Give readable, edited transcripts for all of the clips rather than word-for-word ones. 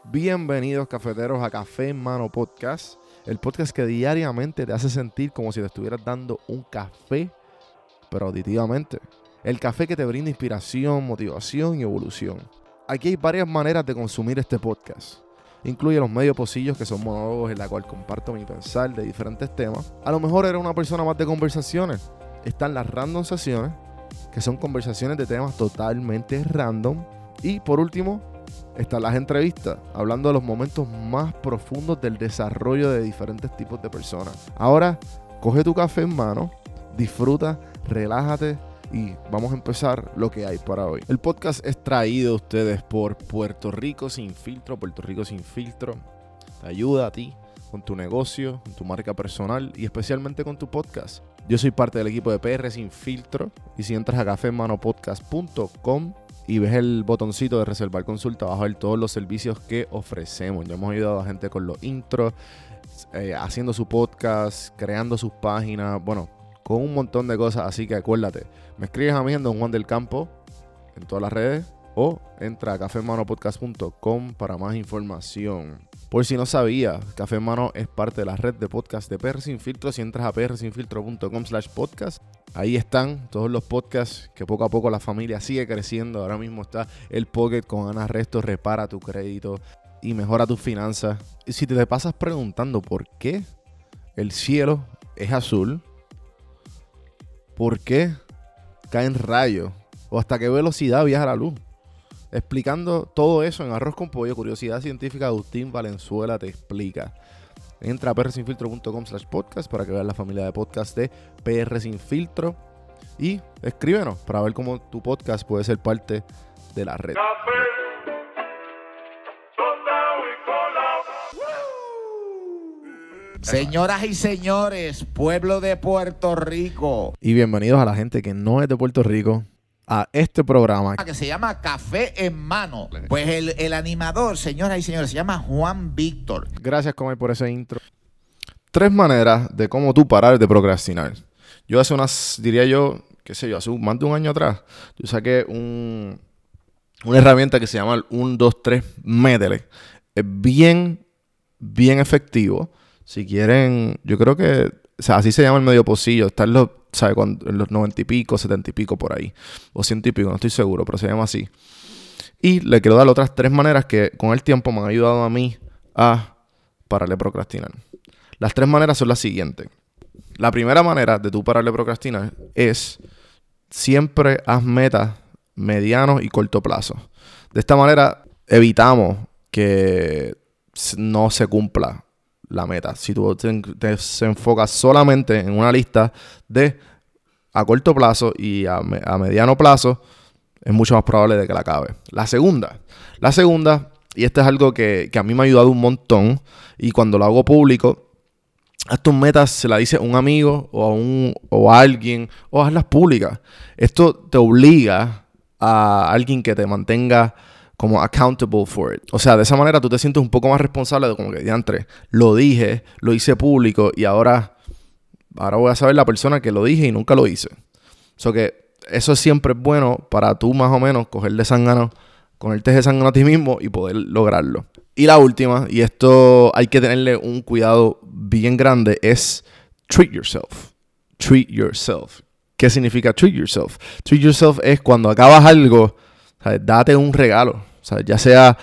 Bienvenidos cafeteros a Café en Mano Podcast, el podcast que diariamente te hace sentir como si te estuvieras dando un café, pero auditivamente. El café que te brinda inspiración, motivación y evolución. Aquí hay varias maneras de consumir este podcast. Incluye los medios pocillos, que son monólogos en la cual comparto mi pensar de diferentes temas. A lo mejor eres una persona más de conversaciones. Están las random sesiones, que son conversaciones de temas totalmente random. Y por último, están las entrevistas, hablando de los momentos más profundos del desarrollo de diferentes tipos de personas. Ahora, coge tu café en mano, disfruta, relájate y vamos a empezar lo que hay para hoy. El podcast es traído a ustedes por Puerto Rico Sin Filtro. Puerto Rico Sin Filtro te ayuda a ti con tu negocio, con tu marca personal y especialmente con tu podcast. Yo soy parte del equipo de PR Sin Filtro y si entras a cafemanopodcast.com y ves el botoncito de reservar consulta, vas a ver todos los servicios que ofrecemos. Ya hemos ayudado a gente con los intros, haciendo su podcast, creando sus páginas, bueno, con un montón de cosas. Así que acuérdate, me escribes a mí en Don Juan del Campo en todas las redes o entra a cafemanopodcast.com para más información. Por si no sabía, Café en Mano es parte de la red de podcast de PR Sin Filtro. Si entras a prsinfiltro.com/podcast, ahí están todos los podcasts que poco a poco la familia sigue creciendo. Ahora mismo está el Pocket con Ana Resto, repara tu crédito y mejora tus finanzas. Y si te pasas preguntando por qué el cielo es azul, por qué caen rayos o hasta qué velocidad viaja la luz, explicando todo eso en Arroz con Pollo, Curiosidad Científica, Agustín Valenzuela te explica. Entra a prsinfiltro.com/podcast para que veas la familia de podcast de PR Sin Filtro y escríbenos para ver cómo tu podcast puede ser parte de la red. Señoras y señores, pueblo de Puerto Rico, Y bienvenidos a la gente que no es de Puerto Rico a este programa. que se llama Café en Mano. Pues el animador, señoras y señores, se llama Juan Víctor. Gracias, Comay, por ese intro. 3 maneras de cómo tú parar de procrastinar. Yo hace hace más de un año atrás, yo saqué una herramienta que se llama el 1, 2, 3, métele. Es bien efectivo. Si quieren, yo creo que, o sea, así se llama el medio pocillo. Está en los, ¿sabes? En los 90 y pico, 70 y pico por ahí. O 100 y pico, no estoy seguro, pero se llama así. Y le quiero dar otras 3 maneras que con el tiempo me han ayudado a mí a parar de procrastinar. Las 3 maneras son las siguientes. La primera manera de tú parar de procrastinar es siempre haz metas medianos y corto plazo. De esta manera evitamos que no se cumpla la meta. Si tú te enfocas solamente en una lista de a corto plazo y a mediano plazo, es mucho más probable de que la acabe. La segunda, y esto es algo que a mí me ha ayudado un montón, y cuando lo hago público, haz tus metas, se las dice un amigo o a alguien, o hazlas públicas. Esto te obliga a alguien que te mantenga como accountable for it. O sea, de esa manera tú te sientes un poco más responsable de como que, diantre, lo dije, lo hice público y ahora voy a saber la persona que lo dije y nunca lo hice. So que eso siempre es bueno para tú más o menos ponerte de zángano a ti mismo y poder lograrlo. Y la última, y esto hay que tenerle un cuidado bien grande, es treat yourself. Treat yourself. ¿Qué significa treat yourself? Treat yourself es cuando acabas algo, ¿sabes? Date un regalo. O sea, ya sea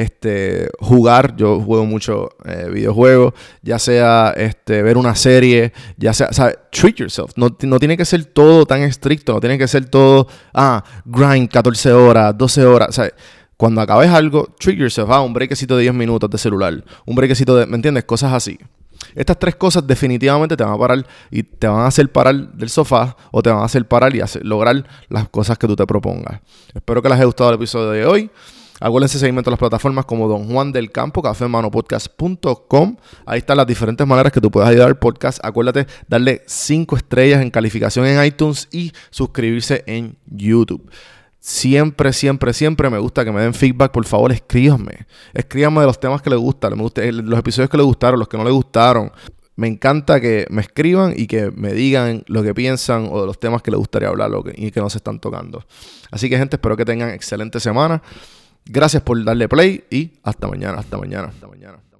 jugar, yo juego mucho videojuegos, ya sea ver una serie, ya sea, ¿sabes? Treat yourself. No tiene que ser todo tan estricto, no tiene que ser todo, grind 14 horas, 12 horas, ¿sabes? Cuando acabes algo, treat yourself. Un breakcito de 10 minutos de celular, un breakcito de, ¿me entiendes? Cosas así. Estas 3 cosas definitivamente te van a parar y te van a hacer parar del sofá o te van a hacer parar y lograr las cosas que tú te propongas. Espero que les haya gustado el episodio de hoy. Acuérdense seguirme en todas las plataformas como Don Juan del Campo, cafemanopodcast.com. Ahí están las diferentes maneras que tú puedes ayudar al podcast. Acuérdate darle 5 estrellas en calificación en iTunes y suscribirse en YouTube. Siempre me gusta que me den feedback. Por favor, escríbanme de los temas que les gustan, los episodios que les gustaron, los que no les gustaron. Me encanta que me escriban y que me digan lo que piensan o de los temas que les gustaría hablar y que no se están tocando. Así que, gente, espero que tengan excelente semana. Gracias por darle play y hasta mañana.